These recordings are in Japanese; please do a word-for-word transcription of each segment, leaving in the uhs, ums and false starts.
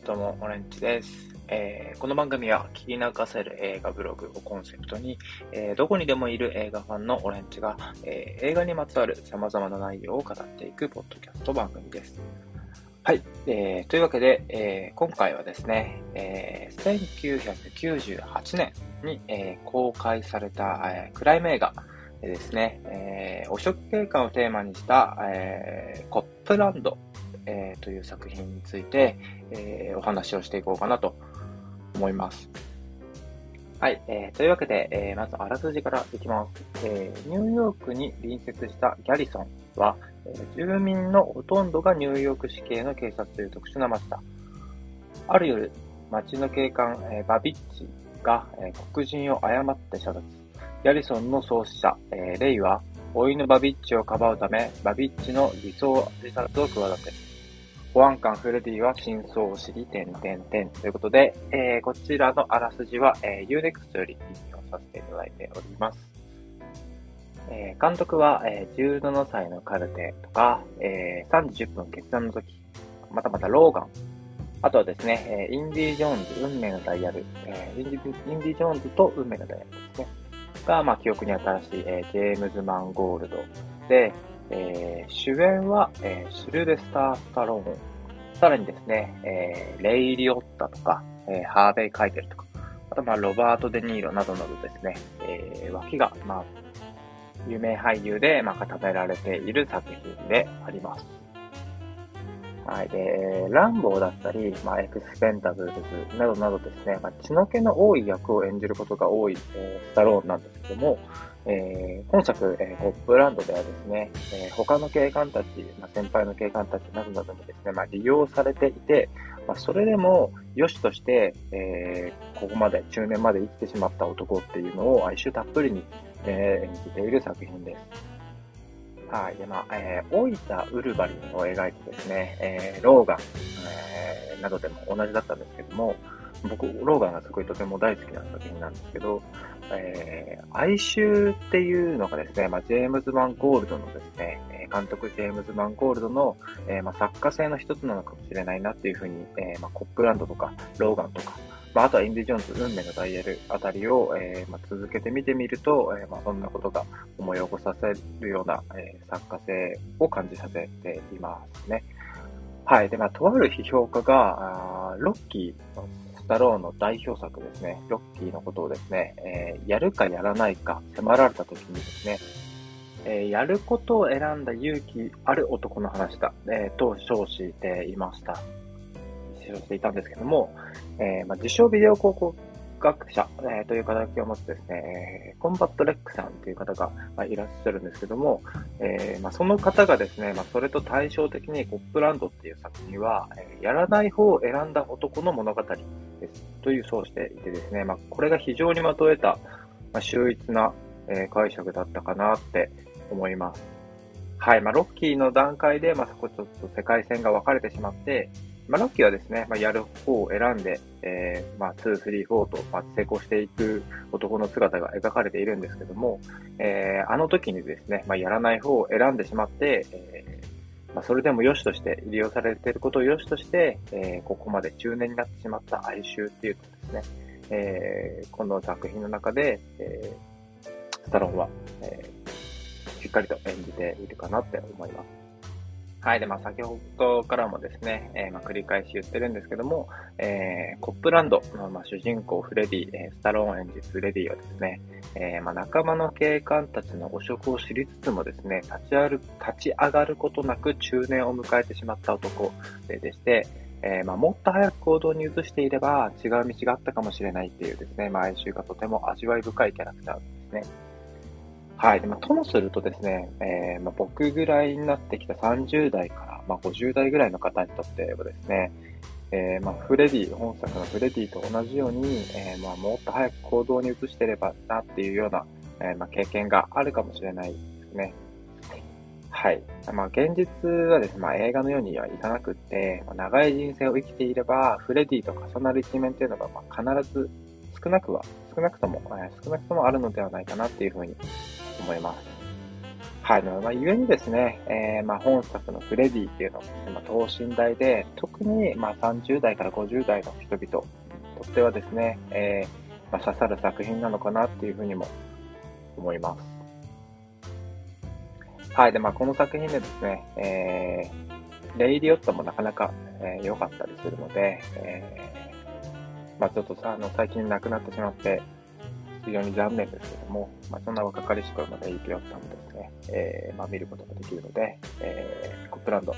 どうも、オレンジです。えーこの番組は聞き流せる映画ブログをコンセプトに、えーどこにでもいる映画ファンのオレンジが、えー映画にまつわる様々な内容を語っていくポッドキャスト番組です。はい。えーというわけで、えー今回はですね、えーせんきゅうひゃくきゅうじゅうはちねんに、えー公開された、えークライム映画でですね、えー汚職警官をテーマにした、えーコップランド、えーという作品について、えーお話をしていこうかなと思います。はい。えーというわけで、えーまずあらすじからいきます。えーニューヨークに隣接したギャリソンは、えー住民のほとんどがニューヨーク市警の警察という特殊な街だ。ある夜、街の警官、えーバビッチが、えー黒人を誤って射殺。ギャリソンの創始者、えーレイは、甥いのバビッチをかばうため、バビッチの偽装自殺を企てる。保安官フレディは真相を知り、点々点ということで、えーこちらのあらすじは、えー、ユーネクスト より引用させていただいております。えー監督は、えーじゅうななさいのカルテとか、えーさんじじゅっぷん決断の時、またまたローガン、あとはですね、えーインディ・ジョーンズ、運命のダイヤル、えーインディ、インディ・ジョーンズと運命のダイヤルですね。が、まあ、記憶に新しい、えージェームズ・マンゴールドで、えー主演は、えーシルベスター・スタローン、さらにですね、えーレイ・リオッタとか、えーハーベイ・カイテルとか、あとまあロバート・デ・ニーロなどなどですね、えー脇が、まあ、有名俳優で、まあ、固められている作品であります。はい。で、ランボーだったり、まあ、エクスペンダブルズなどなどですね、まあ、血の気の多い役を演じることが多い、えースタローンなんですけども、えー本作、えーコップランドではですね、えー他の警官たち、まあ、先輩の警官たちなどなどにですね、まあ、利用されていて、まあ、それでも良しとして、えーここまで、中年まで生きてしまった男っていうのを哀愁たっぷりに、えー演じている作品です。はい。で、まあ、えー、大分ウルヴァリンを描いてですね、えー、ローガン、えー、などでも同じだったんですけども、僕、ローガンがすごいとても大好きな作品なんですけど、えー、哀愁っていうのがですね、まあ、ジェームズ・マンゴールドのですね、えー監督ジェームズ・マンゴールドの、えーまあ、作家性の一つなのかもしれないなっていうふうに、えーまあ、コップランドとか、ローガンとか、まあ、あとはインディ・ジョーンズ、運命のダイヤルあたりを、えーまあ、続けて見てみると、えーまあ、そんなことが思い起こさせるような、えー作家性を感じさせていますね。はい。で、まあ、とある批評家が、あーロッキーのスタローンの代表作ですね、ロッキーのことをですね、えーやるかやらないか迫られた時にですね、えーやることを選んだ勇気ある男の話だ、えーと称していました。使用していたんですけども、えーまあ、自称ビデオ広告学者、えーという肩書きを持つですね、えーコンバットレックさんという方が、まあ、いらっしゃるんですけども、えーまあ、その方がですね、まあ、それと対照的にコップランドっていう作品は、えーやらない方を選んだ男の物語ですというそうしていてですね、まあ、これが非常にまとえた、まあ、秀逸な、えー解釈だったかなって思います。はい。まあ、ロッキーの段階で、まあ、そこちょっと世界線が分かれてしまって、まあ、ロッキーはですね、まあ、やる方を選んで、えー、まあ、に、さん、よんと、まあ、成功していく男の姿が描かれているんですけども、えー、あの時にですね、まあ、やらない方を選んでしまって、えー、まあ、それでも良しとして、利用されていることを良しとして、えー、ここまで中年になってしまった哀愁っていうのをですね、えー、この作品の中で、えー、スタローンは、えーしっかりと演じているかなって思います。はい。で、まあ、先ほどからもですね、えーまあ、繰り返し言ってるんですけども、えー、コップランドの、まあ、主人公フレディ、えースタローン演じるフレディはですね、えーまあ、仲間の警官たちの汚職を知りつつもですね、立ち上がる、立ち上がることなく中年を迎えてしまった男ででして、えーまあ、もっと早く行動に移していれば違う道があったかもしれないっていうですね、まあ、哀愁がとても味わい深いキャラクターですね。はい。で、まあ、ともするとですね、えーまあ、僕ぐらいになってきたさんじゅう代から、まあ、ごじゅう代ぐらいの方にとってはですね、えーまあ、フレディ、本作のフレディと同じように、えーまあ、もっと早く行動に移してればなっていうような、えーまあ、経験があるかもしれないですね。はい。まあ、現実はですね、まあ、映画のようにはいかなくって、まあ、長い人生を生きていれば、フレディと重なる一面っていうのが、まあ、必ず少なくは、少なくとも、えー少なくともあるのではないかなっていうふうに思います。 はい、まあ、ゆえにですね、えーまあ、本作のフレディっていうのはですね、まあ、等身大で、特にまあさんじゅう代からごじゅう代の人々にとってはですね、えーまあ、刺さる作品なのかなっていうふうにも思います。はい、で、まあ、この作品でですね、えー、レイリオットもなかなか良、えー、良かったりするので、えーまあ、ちょっとさ、あの、最近亡くなってしまって、非常に残念ですけども、まあ、そんな若かりし頃のレイリオットもですね、えーまあ、見ることができるので、えー、コップランド、はい、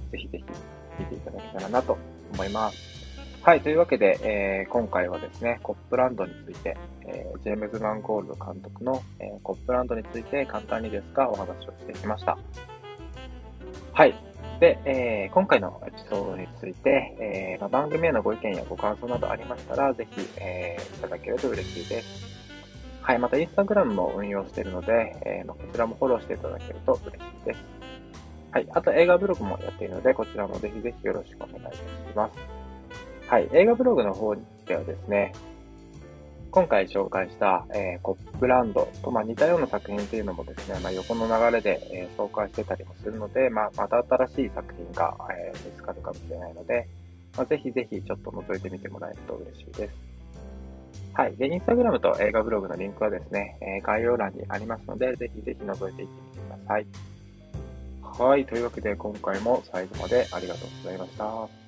ぜひぜひ見ていただけたらなと思います。はい、というわけで、えー今回はですね、コップランドについて、えージェームズ・マンゴールド監督の、えーコップランドについて簡単にですがお話をしてきました。はい。で、えー今回のエピソードについて、えーまあ番組へのご意見やご感想などありましたら、ぜひ、えーいただけると嬉しいです。はい。また、インスタグラムも運用しているので、えーまあこちらもフォローしていただけると嬉しいです。はい。あと、映画ブログもやっているので、こちらもぜひぜひよろしくお願いいたします。はい。映画ブログの方ではですね、今回紹介した、えーコップランドと、まあ、似たような作品というのもですね、まあ、横の流れで、えー紹介してたりもするので、まあ、また新しい作品が、えー見つかるかもしれないので、まあ、ぜひぜひちょっと覗いてみてもらえると嬉しいです。はい。で、インスタグラムと映画ブログのリンクはですね、えー概要欄にありますので、ぜひぜひ覗いていってみてください。はい。というわけで今回も最後までありがとうございました。